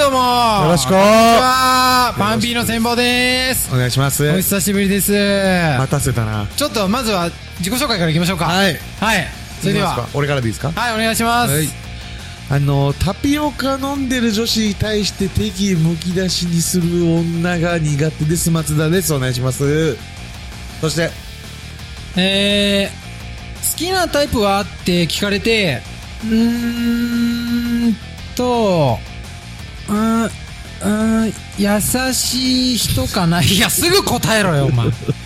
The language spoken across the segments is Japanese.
どうもよろしく。こんにちは。パンピーの千坊です。 お願いします。 お久しぶりです。 待たせたな。 ちょっとまずは自己紹介からいきましょうか。 はい。 はい。それでは。 俺からでいいですか？ はい、お願いします。はい。 タピオカ飲んでる女子に対して敵むき出しにする女が苦手です。松田です。お願いします。そして、 好きなタイプはって聞かれて、優しい人かな。いや、すぐ答えろよ、お前。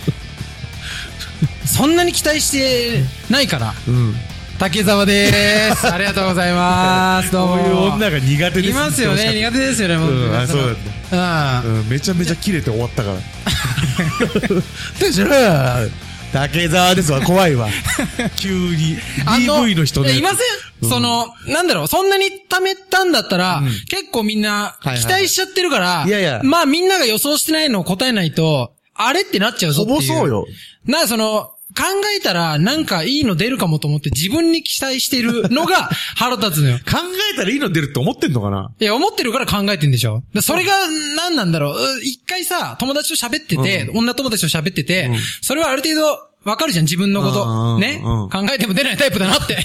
そんなに期待してないから。竹澤でーす。ありがとうございます。どうも。 こういう女が苦手です。 いますよね。苦手ですよね、もう。 あ、そうなんだ。めちゃめちゃキレて終わったから。竹澤ですわ、怖いわ。急に。DV の人ね。 いません、そんなに貯めたんだったら、結構みんな期待しちゃってるから、まあみんなが予想してないのを答えないと、あれってなっちゃうぞっていう。 ほぼそうよ。 考えたらなんかいいの出るかもと思って自分に期待してるのが腹立つのよ。 考えたらいいの出るって思ってんのかな？ いや、思ってるから考えてんでしょ。それが何なんだろう。一回さ、友達と喋ってて、女友達と喋ってて、それはある程度わかるじゃん、自分のこと。ね、考えても出ないタイプだなって。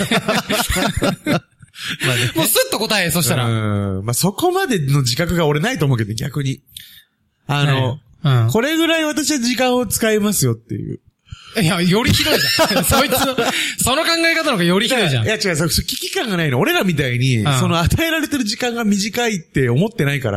もうスッと答え、そしたら。 まあ、そこまでの自覚が俺ないと思うけど、逆に。これぐらい私は時間を使いますよっていう。 いや、よりひどいじゃん。そいつの、その考え方の方がよりひどいじゃん。 いや違う、危機感がないの。俺らみたいに、与えられてる時間が短いって思ってないから、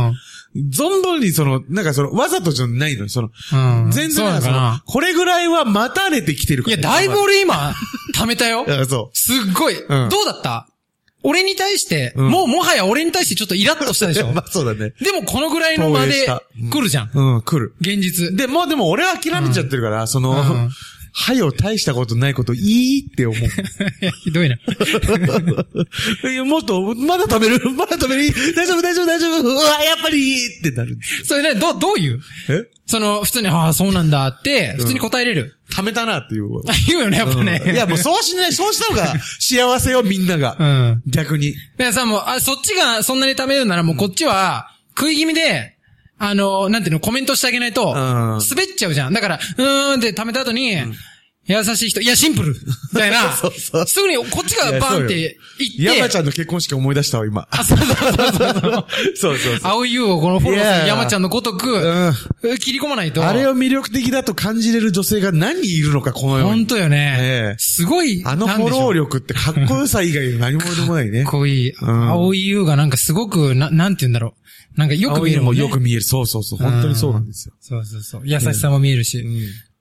存分にわざとじゃないのよ。全然これぐらいは待たれてきてるから。 いや、だいぶ俺今、貯めたよ。 そう。 すっごい。どうだった？俺に対して、もはや俺に対してちょっとイラッとしたでしょ。 まあそうだね。 でもこのぐらいの間で来るじゃん。 来る。 現実。 でも俺は諦めちゃってるから、はよ、大したことないこといいって思う。 ひどいな。 もっと、まだ食べる大丈夫うわ、やっぱりいいってなる。 それね、どういう？普通に、そうなんだって、普通に答えれる。 貯めたなっていう。 言うよね、やっぱね。 いや、もうそうした方が幸せよ、みんなが。逆に。 でさ、もう、そっちがそんなに貯めるならもうこっちは、食い気味で、なんていうの、コメントしてあげないと、滑っちゃうじゃん。だから、って貯めた後に、優しい人、いや、シンプルみたいな。すぐにこっちがバンって言って。 山ちゃんの結婚式思い出したわ、今。そう。 青い優をこのフォローする山ちゃんのごとく、切り込まないと。 あれを魅力的だと感じれる女性が何人いるのか、この世に。 ほんとよね。すごい。 フォロー力ってかっこよさ以外の何もでもないね。 かっこいい。青い優がなんかすごく、なんて言うんだろう。なんかよく見えるもんね。 よく見える。そう。本当にそうなんですよ。 そう。優しさも見えるし。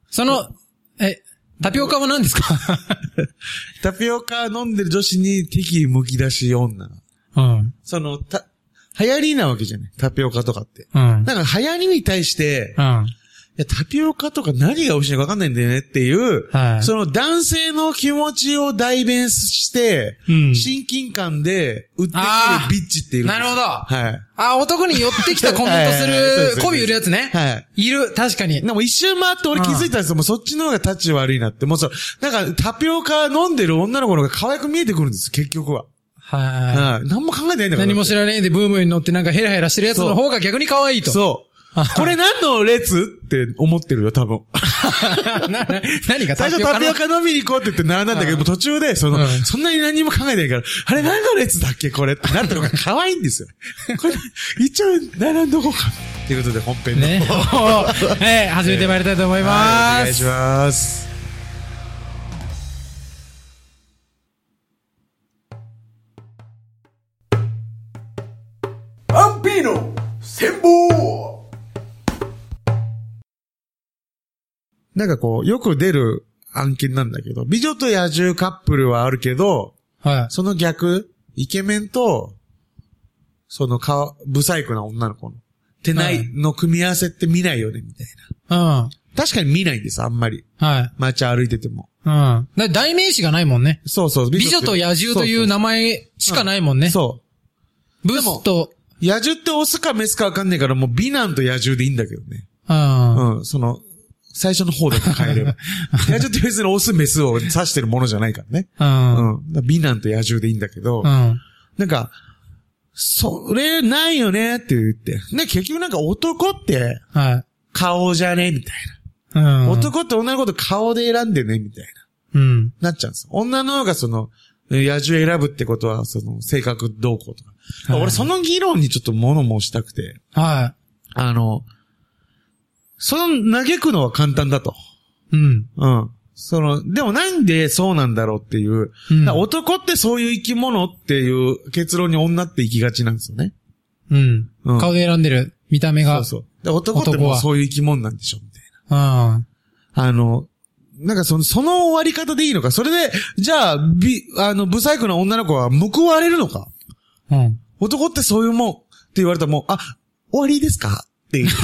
タピオカは何ですか？ タピオカ飲んでる女子に敵むき出し女。流行りなわけじゃない。タピオカとかって。なんか流行りに対して、いや、タピオカとか何が美味しいのか分かんないんだよねっていう、その男性の気持ちを代弁して、親近感で売ってくるビッチっていう。 なるほど。 はい。 男に寄ってきたコメントする、媚び売るやつね。はい。いる、確かに。 でも一周回って俺気づいたんですよ。もうそっちの方がタッチ悪いなって。もうなんかタピオカ飲んでる女の子の方が可愛く見えてくるんです、結局は。はい。何も考えてないんだから。 何も知らねえでブームに乗ってなんかヘラヘラしてるやつの方が逆に可愛いと。 そう。これ何の列って思ってるよ、多分。 何が最初タピオカ飲みに行こうって言って並んだんだけど、途中で、そんなに何も考えないから、あれ何の列だっけこれってなってるのが可愛いんですよ。これ、一応並んどこうか。ということで本編の。 ね。始めてまいりたいと思います。 お願いします。 パンピーノ千坊。 なんかよく出る案件なんだけど、美女と野獣カップルはあるけど、その逆、イケメンと、ブサイクな女の子の、手ないの組み合わせって見ないよね、みたいな。確かに見ないんです、あんまり。街歩いてても。 代名詞がないもんね。 そう。 美女と野獣という名前しかないもんね。 そう。 ブスと、 野獣ってオスかメスかわかんないから、もう美男と野獣でいいんだけどね。最初の方だけ変えれば。野獣って別にオスメスを指してるものじゃないからね。美男と野獣でいいんだけど、なんか、 それないよねって言って。ね、結局なんか男って、顔じゃねみたいな。男って女の子と顔で選んでねみたいな。なっちゃうんですよ。女の方が野獣選ぶってことは、性格どうこうとか。俺その議論にちょっと物申したくて。嘆くのは簡単だと。でもなんでそうなんだろうっていう。男ってそういう生き物っていう結論に女って行きがちなんですよね。 顔で選んでる。見た目が。 そう。で男ってもうそういう生き物なんでしょみたいな。なんかその終わり方でいいのか。それで、じゃあ、ブサイクな女の子は報われるのか。男ってそういうもんって言われたらもう、終わりですかっていう。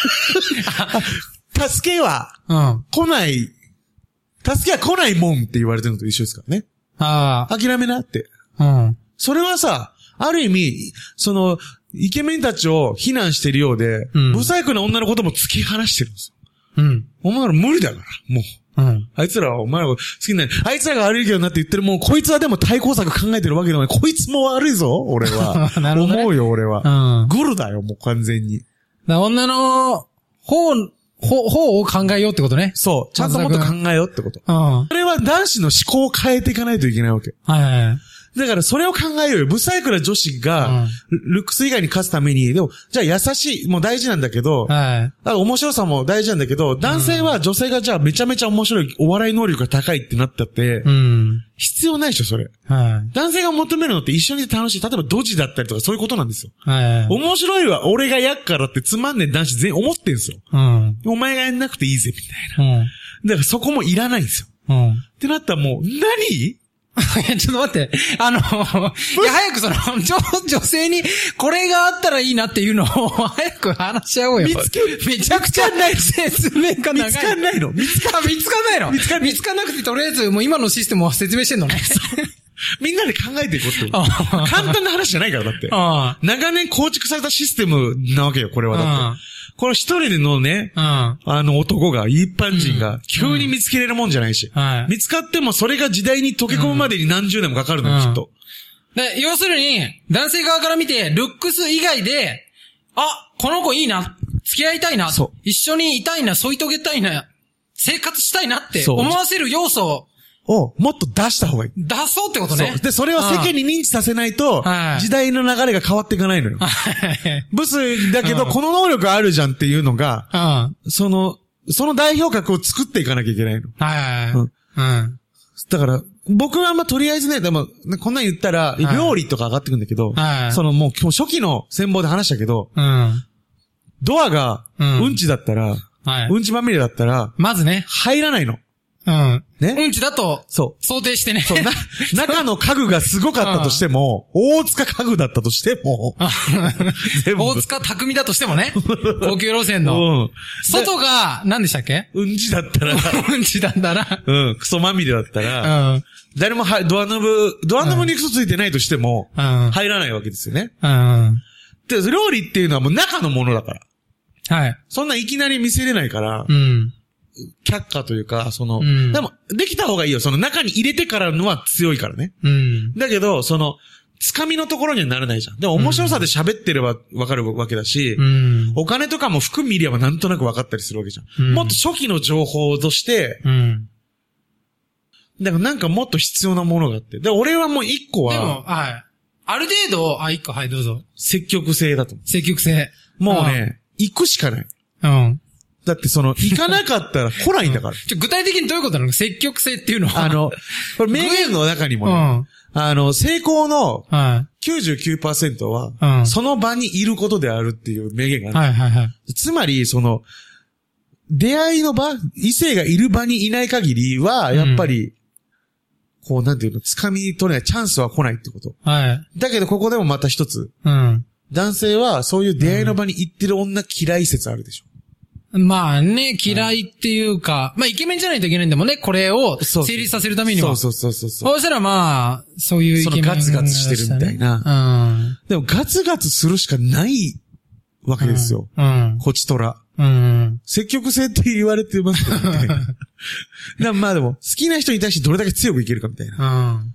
助けは来ない。助けは来ないもんって言われてるのと一緒ですからね。諦めなって。それはさ、ある意味、イケメンたちを非難してるようで、ブサイクな女のことも突き放してるんですよ。お前ら無理だから、もう。あいつらはお前らが好きになる。あいつらが悪いけどなって言ってる、もうこいつはでも対抗策考えてるわけでもない。こいつも悪いぞ、俺は。なるほどね、思うよ、俺は。グルだよ、もう完全に。 女の方を考えようってことね。 そう。ちゃんともっと考えようってこと。それは男子の思考を変えていかないといけないわけ。だからそれを考えようよ。ブサイクな女子が、ルックス以外に勝つために、でも、じゃあ優しい、もう大事なんだけど、面白さも大事なんだけど、男性は女性がじゃあめちゃめちゃ面白い、お笑い能力が高いってなったって、必要ないでしょ、それ。男性が求めるのって一緒に楽しい。例えばドジだったりとかそういうことなんですよ。面白いわ、俺がやっからってつまんねえ男子全員思ってんすよ。お前がやんなくていいぜ、みたいな。だからそこもいらないんですよ。ってなったらもう、何ちょっと待って。早く女性にこれがあったらいいなっていうのを早く話し合おうよ。めちゃくちゃ説明が長い。 見つかんないの見つかんなくてとりあえずもう今のシステムを説明してんのね。 みんなで考えていこうって。簡単な話じゃないから、だって。長年構築されたシステムなわけよ、これはだって。これ一人でのね、男が、一般人が、急に見つけれるもんじゃないし。見つかってもそれが時代に溶け込むまでに何十年もかかるのよ、きっと。 要するに、男性側から見て、ルックス以外で、この子いいな、付き合いたいな、一緒にいたいな、添い遂げたいな、生活したいなって思わせる要素をもっと出した方がいい。 出そうってことね。 で、それを世間に認知させないと、時代の流れが変わっていかないのよ。ブスだけど、この能力あるじゃんっていうのが、その代表格を作っていかなきゃいけないの。だから、僕はとりあえずね、でも、こんなん言ったら、料理とか上がってくんだけど、もう初期の戦法で話したけど、ドアが、うんちだったら、うんちまみれだったら、 まずね、 入らないの。 ね。うんちだと、想定してね。 中の家具がすごかったとしても、大塚家具だったとしても、 大塚匠だとしてもね。高級路線の。外が、何でしたっけ？ うんちだったら。 うんちだったら。 クソまみれだったら、誰もドアノブにクソついてないとしても、入らないわけですよね。で、料理っていうのはもう中のものだから。そんないきなり見せれないから、却下というか、でも、できた方がいいよ。中に入れてからのは強いからね。だけど、つかみのところにはならないじゃん。でも面白さで喋ってればわかるわけだし、お金とかも服見ればなんとなくわかったりするわけじゃん。もっと初期の情報として、だからなんかもっと必要なものがあって。で、俺はもう一個は、でも、 ある程度、一個、どうぞ。 積極性だと思う。 積極性。 もうね、行くしかない。だって行かなかったら来ないんだから。 具体的にどういうことなの？積極性っていうのは。 これ名言の中にもね、成功の 99% は、その場にいることであるっていう名言がある。つまり、出会いの場、異性がいる場にいない限りは、やっぱり、なんていうの、掴み取れないチャンスは来ないってこと。だけど、ここでもまた一つ。男性は、そういう出会いの場に行ってる女嫌い説あるでしょ。 まあね、嫌いっていうか、イケメンじゃないといけないんだもんね、これを成立させるためには。 そう。そうしたらそういうイケメンガツガツしてるみたいな。でもガツガツするしかないわけですよ。こちとら。積極性って言われてますけどね。でも好きな人に対してどれだけ強くいけるかみたいな。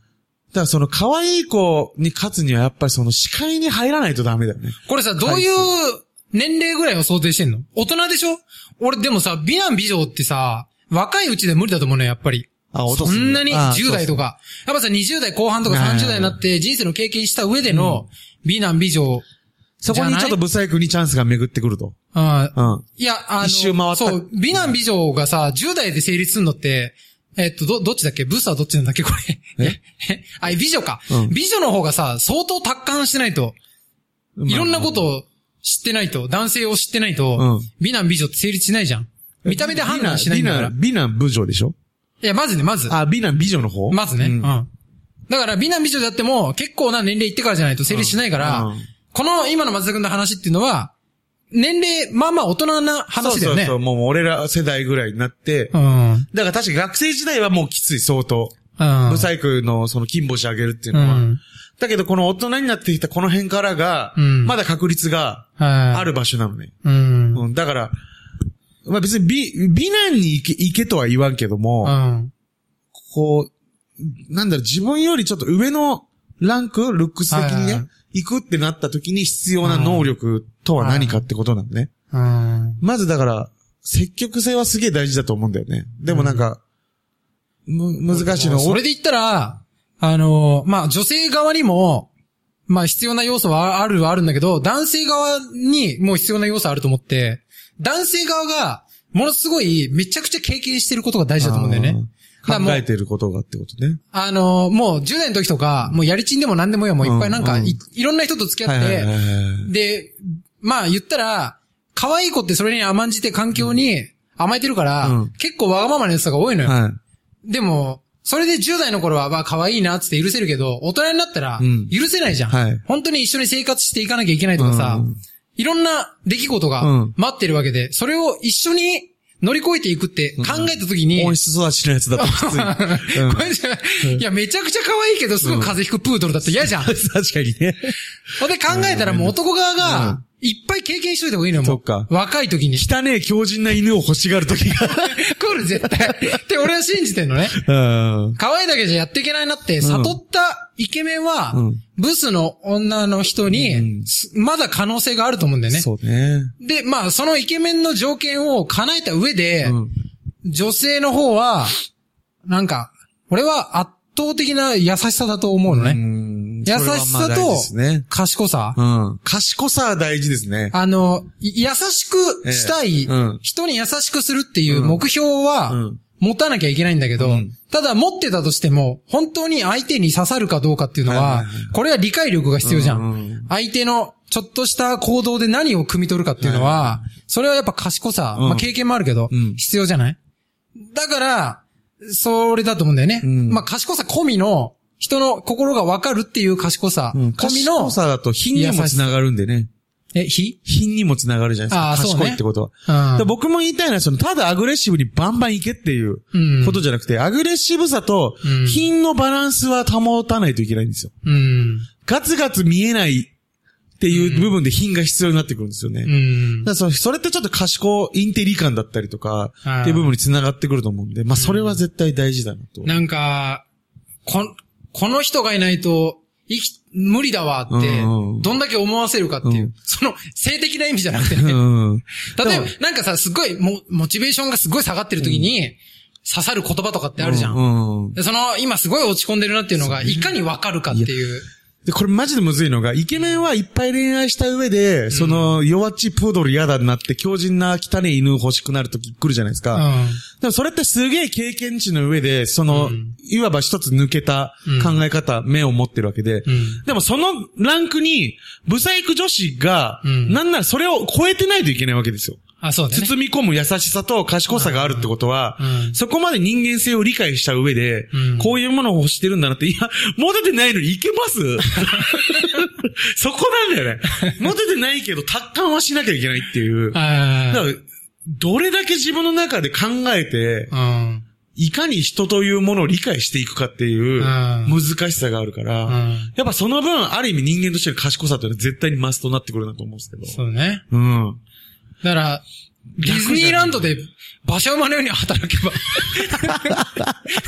からその可愛い子に勝つにはやっぱりその視界に入らないとダメだよね。 これさ、どういう年齢ぐらいを想定してんの？大人でしょ？俺でもさ、美男美女ってさ、若いうちで無理だと思うのよ、やっぱり。そんなに10代とか。やっぱさ、20代後半とか30代になって人生の経験した上での美男美女。 そこにちょっとブサイクにチャンスが巡ってくると。 いや、 一周回った。 そう、美男美女がさ、10代で成立するのって、どっちだっけ？ブスはどっちなんだっけこれ。美女か。美女の方がさ、相当達観してないと、いろんなことを知ってないと、男性を知ってないと、美男美女って成立しないじゃん。見た目で判断しないんだから。 美男美女でしょ？ いや、まず。 美男美女の方？ まずね。だから美男美女であっても、結構な年齢いってからじゃないと成立しないから、この今の松田君の話っていうのは、年齢、まあまあ大人な話だよね。 そう、もう俺ら世代ぐらいになって、だから確かに学生時代はもうきつい相当。ブサイクのその金星上げるっていうのは。だけどこの大人になってきたこの辺からが、まだ確率がある場所なのね。だから、まあ別に美男に行けとは言わんけども、こう、なんだろう、自分よりちょっと上のランク、ルックス的にね、行くってなった時に必要な能力とは何かってことなのね。まずだから、積極性はすげえ大事だと思うんだよね。でもなんか、難しいの。 それで言ったら、まあ女性側にも、まあ必要な要素はあるんだけど、男性側にも必要な要素あると思って、男性側が、ものすごい、めちゃくちゃ経験してることが大事だと思うんだよね。 考えてることがってことね。 もう10代の時とか、もうやりちんでも何でもいいよ、もういっぱいなんか、いろんな人と付き合って、で、まあ言ったら、可愛い子ってそれに甘んじて環境に甘えてるから、結構わがままなやつが多いのよ。でも、それで10代の頃は、まあ可愛いなって許せるけど、大人になったら、許せないじゃん。本当に一緒に生活していかなきゃいけないとかさ、いろんな出来事が待ってるわけで、それを一緒に乗り越えていくって考えたときに。 温室育ちのやつだときつい。 これじゃ、いや、めちゃくちゃ可愛いけど、すぐ風邪ひくプードルだって嫌じゃん。 確かにね。 ほんで考えたらもう男側が、いっぱい経験しといた方がいいのよ、もう。そっか。若い時に。 汚ねえ強靭な犬を欲しがる時が。 来る、絶対。って俺は信じてんのね。可愛いだけじゃやっていけないなって、悟ったイケメンは、ブスの女の人に、まだ可能性があると思うんだよね。 そうね。 で、まあ、そのイケメンの条件を叶えた上で、女性の方は、なんか、俺は圧倒的な優しさだと思うのね。優しさと、賢さ。 賢さは大事ですね。 優しくしたい、人に優しくするっていう目標は、持たなきゃいけないんだけど、ただ持ってたとしても、本当に相手に刺さるかどうかっていうのは、これは理解力が必要じゃん。相手のちょっとした行動で何を汲み取るかっていうのは、それはやっぱ賢さ、まあ経験もあるけど、必要じゃない？だから、それだと思うんだよね。まあ賢さ込みの、人の心がわかるっていう賢さ。込みの。 賢さだと品にもつながるんでね。品にもつながるじゃないですか。賢いってことは。僕も言いたいのは、ただアグレッシブにバンバンいけっていうことじゃなくて、アグレッシブさと品のバランスは保たないといけないんですよ。ガツガツ見えないっていう部分で品が必要になってくるんですよね。だからそれってちょっと賢いインテリ感だったりとかっていう部分につながってくると思うんで、まあそれは絶対大事だなと。 なんか、この人がいないと、無理だわって、どんだけ思わせるかっていう、その、性的な意味じゃなくてね。例えば、なんかさ、すごい、モチベーションがすごい下がってる時に、刺さる言葉とかってあるじゃん。で今すごい落ち込んでるなっていうのが、いかにわかるかっていう。 で、これマジでむずいのが、イケメンはいっぱい恋愛した上で、弱っちプードル嫌だなって、強靭な汚い犬欲しくなるとき来るじゃないですか。でもそれってすげえ経験値の上で、いわば一つ抜けた考え方、目を持ってるわけで、でもそのランクに、ブサイク女子が、なんならそれを超えてないといけないわけですよ。 そうだね。 包み込む優しさと賢さがあるってことは、そこまで人間性を理解した上で、こういうものを欲してるんだなって、いや、モテてないのにいけますそこなんだよね。モテてないけど、達観はしなきゃいけないっていう。だからどれだけ自分の中で考えて、いかに人というものを理解していくかっていう難しさがあるから、やっぱその分、ある意味人間としての賢さというのは絶対にマストになってくるなと思うんですけど。 そうね。だから、ディズニーランドで馬車馬のように働けば。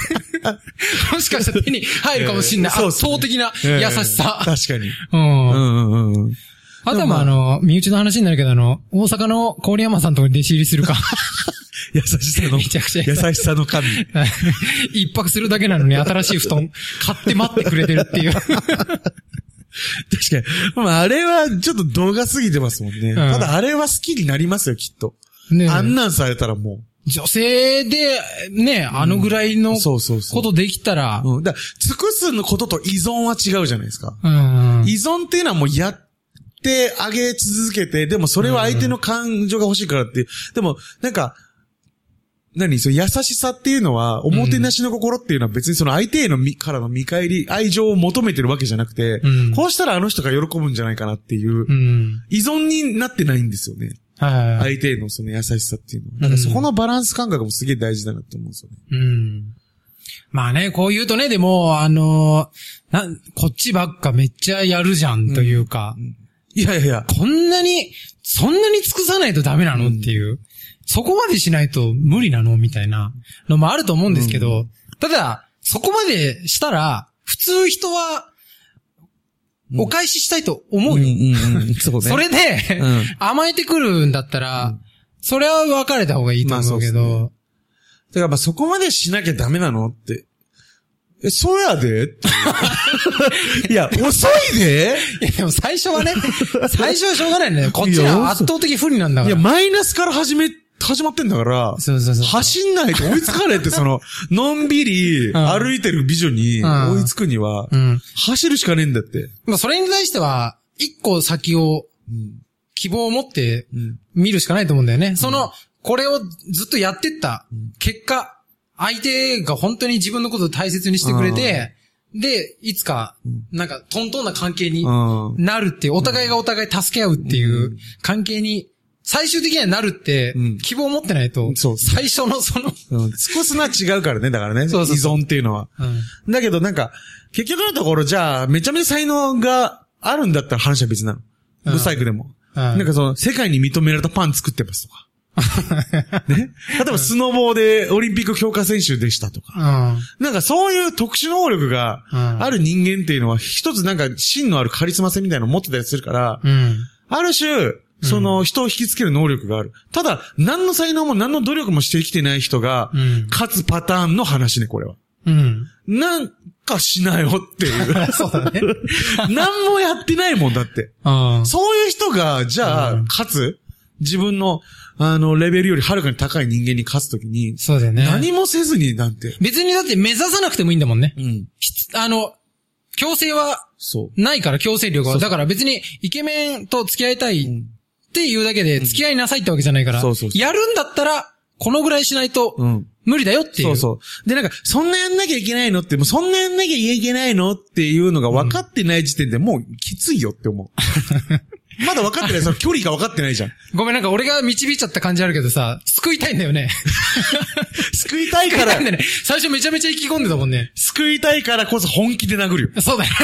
もしかしたら手に入るかもしれない。圧倒的な優しさ。 確かに。 あとは身内の話になるけど大阪の郡山さんとかに弟子入りするか。 優しさの。 めちゃくちゃ優しさの神。 一泊するだけなのに新しい布団買って待ってくれてるっていう。確かに。あれはちょっと動画すぎてますもんね。ただあれは好きになりますよ、きっと。ね、あんなんされたらもう。 女性で、ね、ぐらいのことできたら。 尽くすのことと依存は違うじゃないですか。依存っていうのはもうやってあげ続けて、でもそれは相手の感情が欲しいからっていう。でも、なんか、そう優しさっていうのは、おもてなしの心っていうのは別にその相手へのからの見返り、愛情を求めてるわけじゃなくて、こうしたらあの人が喜ぶんじゃないかなっていう、依存になってないんですよね。相手へのその優しさっていうのは。なんかそこのバランス感覚もすげえ大事だなって思うんですよね。 まあね、こう言うとね、でも、こっちばっかめっちゃやるじゃんというか。 いやいや。 そんなに尽くさないとダメなのっていう。そこまでしないと無理なのみたいなのもあると思うんですけど、ただ、そこまでしたら、普通人は、お返ししたいと思うよ。それで、甘えてくるんだったら、それは別れた方がいいと思うけど。 だからそこまでしなきゃダメなのって。そうやでいや、遅いでいや、でも最初はしょうがないね。こっちは圧倒的不利なんだから。 いや、マイナスから始まってんだから、走んないと追いつかれって、のんびり歩いてる美女に追いつくには、走るしかねえんだって。 まあ、それに対しては、一個先を、希望を持って見るしかないと思うんだよね。これをずっとやってった結果、相手が本当に自分のことを大切にしてくれて、で、いつか、トントンな関係になるっていう、お互いがお互い助け合うっていう関係に、最終的にはなるって、希望を持ってないと、最初の尽くすのは違うからね、だからね。依存っていうのは。だけど結局のところ、じゃあ、めちゃめちゃ才能があるんだったら話は別なの。ブサイクでも。世界に認められたパン作ってますとか。ね、例えばスノボーでオリンピック強化選手でしたとか。そういう特殊能力がある人間っていうのは、一つ芯のあるカリスマ性みたいなのを持ってたりするから、ある種、人を引きつける能力がある。ただ、何の才能も何の努力もしてきてない人が、勝つパターンの話ね、これは。なんかしなよっていう。 そうだね。 何もやってないもんだって。そういう人が、じゃあ、自分の、レベルよりはるかに高い人間に勝つときに、 そうだよね。 何もせずになんて。 別にだって目指さなくてもいいんだもんね。強制は、ないから強制力は。だから別にイケメンと付き合いたいっていうだけで付き合いなさいってわけじゃないから、やるんだったら、このぐらいしないと、無理だよっていう。 で、そんなやんなきゃいけないのって、もうそんなやんなきゃいけないのっていうのが分かってない時点でもうきついよって思う。まだ分かってない。距離が分かってないじゃん。 ごめん、俺が導いちゃった感じあるけどさ、救いたいんだよね。 救いたいから。 ね、最初めちゃめちゃ意気込んでたもんね。 救いたいからこそ本気で殴るよ。 そうだよ。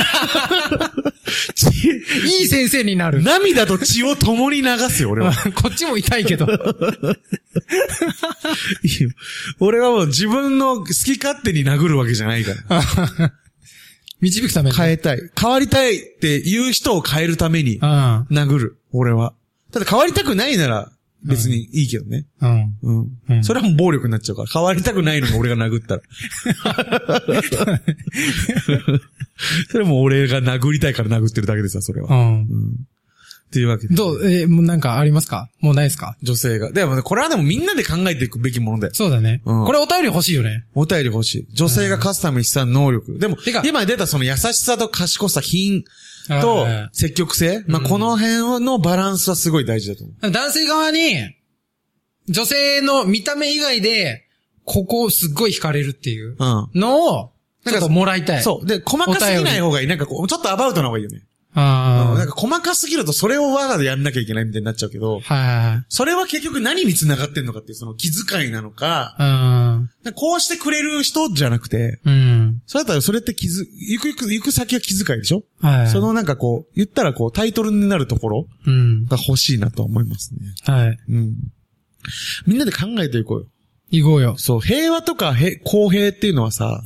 いい先生になる。 涙と血を共に流すよ、俺は。 こっちも痛いけど。 俺はもう自分の好き勝手に殴るわけじゃないから。 導くために。 変えたい。変わりたいって言う人を変えるために、殴る。俺は。ただ変わりたくないなら、別にいいけどね。それはもう暴力になっちゃうから。変わりたくないのに俺が殴ったら。それも俺が殴りたいから殴ってるだけでさ、それは。っていうわけで。 もうありますか？もうないですか？ 女性が。でもね、これはでもみんなで考えていくべきものだよ。 そうだね。これお便り欲しいよね。 お便り欲しい。女性が勝つために必要な能力。でも、今出たその優しさと賢さ、品と積極性。この辺のバランスはすごい大事だと思う。 男性側に、女性の見た目以外で、ここすっごい惹かれるっていうのを、ちょっともらいたい。 そう。で、細かすぎない方がいい。ちょっとアバウトな方がいいよね。細かすぎるとそれをわざでやんなきゃいけないみたいになっちゃうけど、それは結局何に繋がってんのかっていうその気遣いなのか、こうしてくれる人じゃなくて、それだったらそれって行く先は気遣いでしょ？その言ったらタイトルになるところが欲しいなと思いますね。みんなで考えていこうよ。 行こうよ。 そう、平和とか公平っていうのはさ、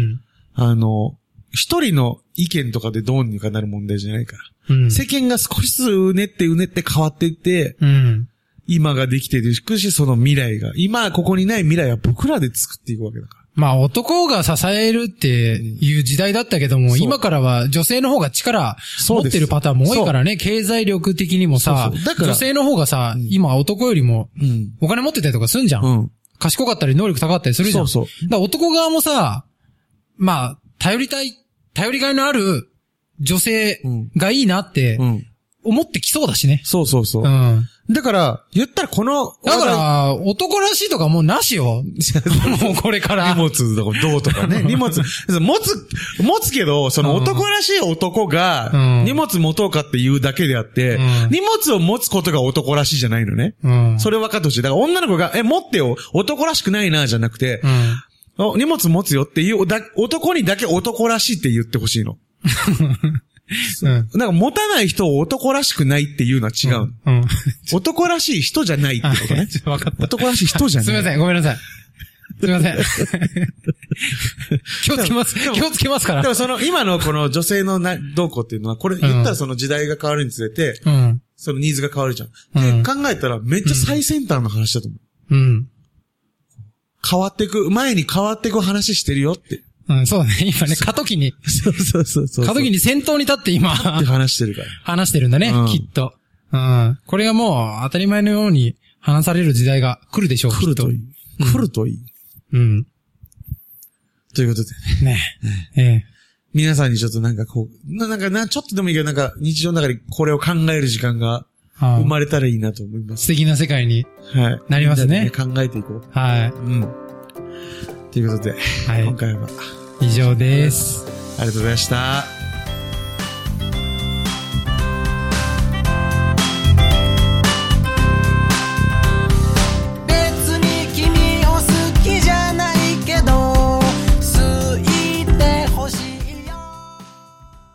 一人の意見とかでどうにかなる問題じゃないから。世間が少しずつうねって変わっていって、今ができていくし、その未来が。今ここにない未来は僕らで作っていくわけだから。 まあ男が支えるっていう時代だったけども、今からは女性の方が力持ってるパターンも多いからね、経済力的にもさ、女性の方がさ、今男よりもお金持ってたりとかすんじゃん。賢かったり能力高かったりするじゃん。だから男側もさ、まあ、頼りがいのある女性がいいなって思ってきそうだしね。 そう。だから、言ったらだから、男らしいとかもうなしよ。もうこれから。 荷物とかどうとかね。荷物、持つけど、その男らしい男が、荷物持とうかっていうだけであって、荷物を持つことが男らしいじゃないのね。それ分かってほしい。だから女の子が、持ってよ、男らしくないな、じゃなくて、荷物持つよっていう、男にだけ男らしいって言ってほしいの。なんか持たない人を男らしくないっていうのは違う。男らしい人じゃないってことね。 わかった。 男らしい人じゃない。 すみません、ごめんなさい。すみません。気をつけますから。 でも今のこの女性のどうこうっていうのは、これ言ったらその時代が変わるにつれて、そのニーズが変わるじゃん。で、考えたらめっちゃ最先端の話だと思う。前に変わっていく話してるよって。 そうだね。今ね、過渡期に。 そう。 過渡期に先頭に立って今。 って話してるから。 話してるんだね、きっと。これがもう当たり前のように話される時代が来るでしょう。 来るといい。来るといい。ということで。 ね。 皆さんにちょっとなんかこう、ちょっとでもいいけどなんか日常の中でこれを考える時間が生まれたらいいなと思います。 素敵な世界になりますね。 考えていこう。 はい。 ということで、今回は以上です。 ありがとうございました。